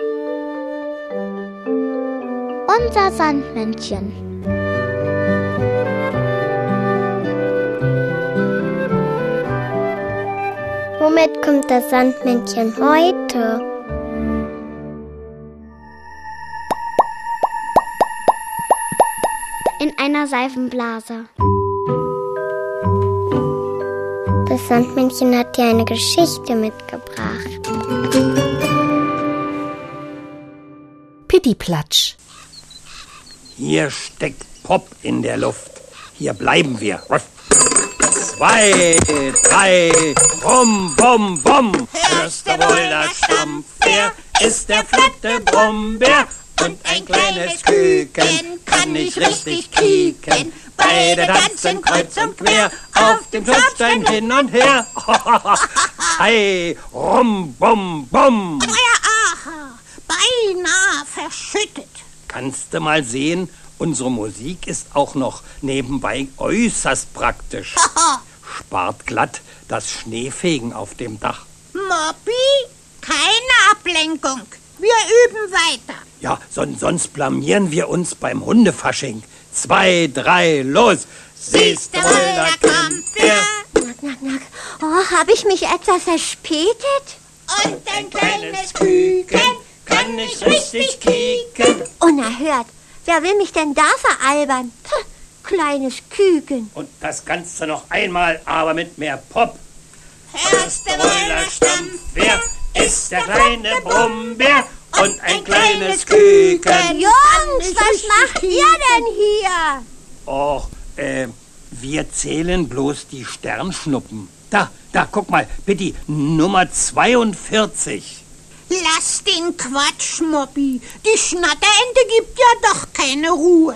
Unser Sandmännchen. Womit kommt das Sandmännchen heute? In einer Seifenblase. Das Sandmännchen hat dir eine Geschichte mitgebracht. Pittiplatsch. Hier steckt Pop in der Luft. Hier bleiben wir. 2, 3, rum, bum, bum. Hörst du wohl das Stampfwehr? Ist der flotte Brummbär. Und ein kleines Küken kann nicht richtig kieken. Beide tanzen kreuz und quer auf dem Schornstein hin und her. Hey, rum, bum, bum. Aha, beinahe verschüttet. Kannst du mal sehen, unsere Musik ist auch noch nebenbei äußerst praktisch. Spart glatt das Schneefegen auf dem Dach. Moppi, keine Ablenkung. Wir üben weiter. Ja, sonst blamieren wir uns beim Hundefasching. 2, 3, los! Siehst du wohl, da kommt der. Nack. Oh, habe ich mich etwa verspätet? Und ein kleines Küken kann nicht richtig kieken. Unerhört. Wer will mich denn da veralbern? Kleines Küken. Und das Ganze noch einmal, aber mit mehr Pop. Hörst du wohl das Stampfwehr? Ist der kleine Brummbär und ein kleines Küken. Jungs, was macht ihr denn hier? Och, wir zählen bloß die Sternschnuppen. Da, guck mal, bitte, Nummer 42. Lass den Quatsch, Moppi. Die Schnatterente gibt ja doch keine Ruhe.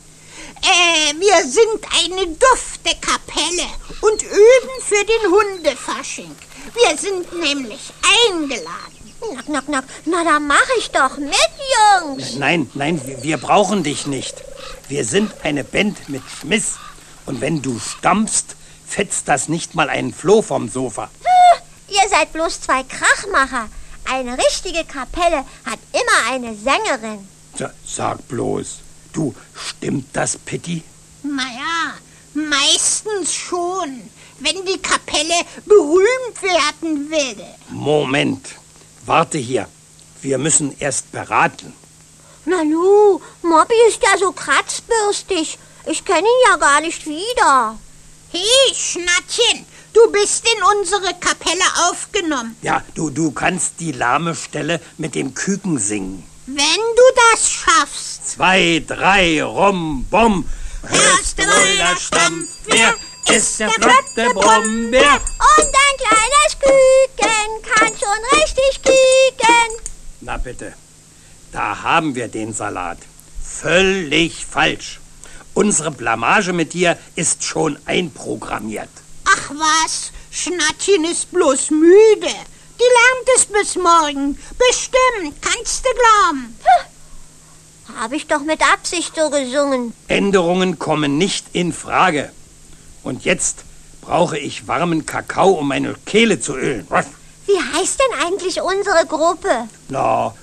Wir sind eine dufte Kapelle und üben für den Hundefasching. Wir sind nämlich eingeladen. Nack. Na, da mach ich doch mit, Jungs. Nein, wir brauchen dich nicht. Wir sind eine Band mit Schmiss. Und wenn du stampfst, fetzt das nicht mal einen Floh vom Sofa. Ihr seid bloß zwei Krachmacher. Eine richtige Kapelle hat immer eine Sängerin. Sag bloß, du, stimmt das, Pitti? Naja, meistens schon, wenn die Kapelle berühmt werden will. Moment, warte hier. Wir müssen erst beraten. Nanu, Moppi ist ja so kratzbürstig. Ich kenne ihn ja gar nicht wieder. Hey, Schnattchen, du bist in unsere Kapelle aufgenommen. Ja, du kannst die lahme Stelle mit dem Küken singen. Wenn du das schaffst. 2, 3, rum, bum. Hörst du wohl das Stampfwehr? Ist der flotte Brummbär. Und ein kleines Küken kann schon richtig kieken. Na bitte, da haben wir den Salat. Völlig falsch. Unsere Blamage mit dir ist schon einprogrammiert. Ach was, Schnattchen ist bloß müde. Die lernt es bis morgen. Bestimmt, kannst du glauben. Habe ich doch mit Absicht so gesungen. Änderungen kommen nicht in Frage. Und jetzt brauche ich warmen Kakao, um meine Kehle zu ölen. Wie heißt denn eigentlich unsere Gruppe? Na,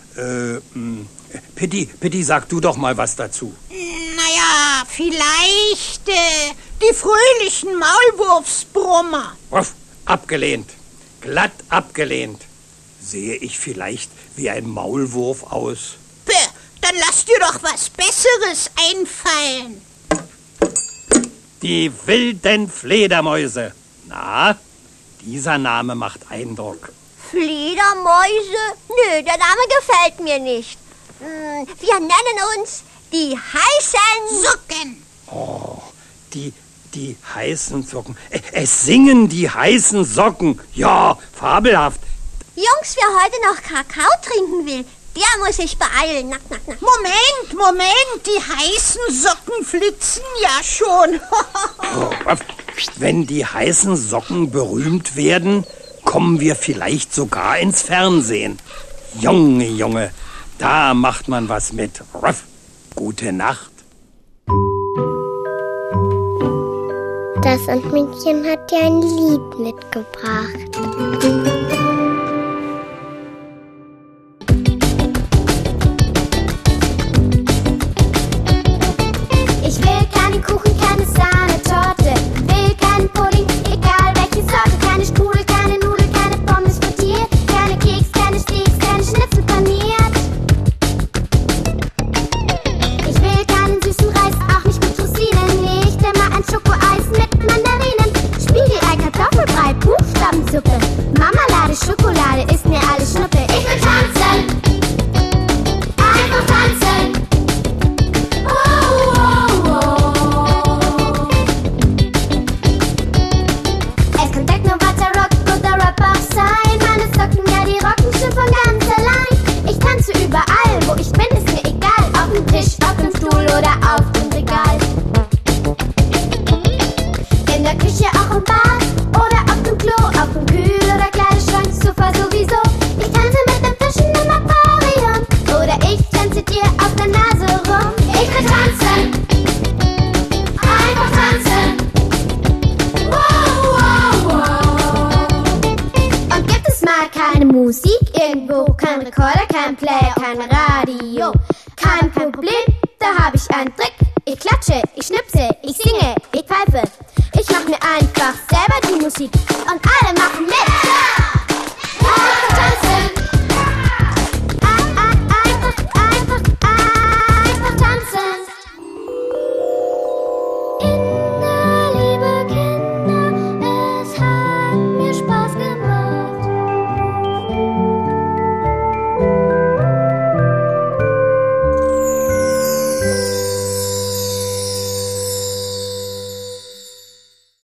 Pitti, sag du doch mal was dazu. Naja, vielleicht die fröhlichen Maulwurfsbrummer. Abgelehnt. Glatt abgelehnt. Sehe ich vielleicht wie ein Maulwurf aus? Dann lass dir doch was Besseres einfallen. Die wilden Fledermäuse. Na, dieser Name macht Eindruck. Fledermäuse? Nö, der Name gefällt mir nicht. Wir nennen uns die heißen Socken. Oh, die heißen Socken. Es singen die heißen Socken. Ja, fabelhaft. Jungs, wer heute noch Kakao trinken will, der muss sich beeilen. Nack. Moment, die heißen Socken flitzen ja schon. Wenn die heißen Socken berühmt werden, kommen wir vielleicht sogar ins Fernsehen. Junge, da macht man was mit. Gute Nacht. Das Sandmännchen hat dir ein Lied mitgebracht. mal keine Musik, irgendwo kein Rekorder, kein Player, kein Radio. Kein Problem, da hab ich einen Trick. Ich klatsche, ich schnipse, ich singe, ich pfeife. Ich mach mir einfach selber die Musik und alle machen mit.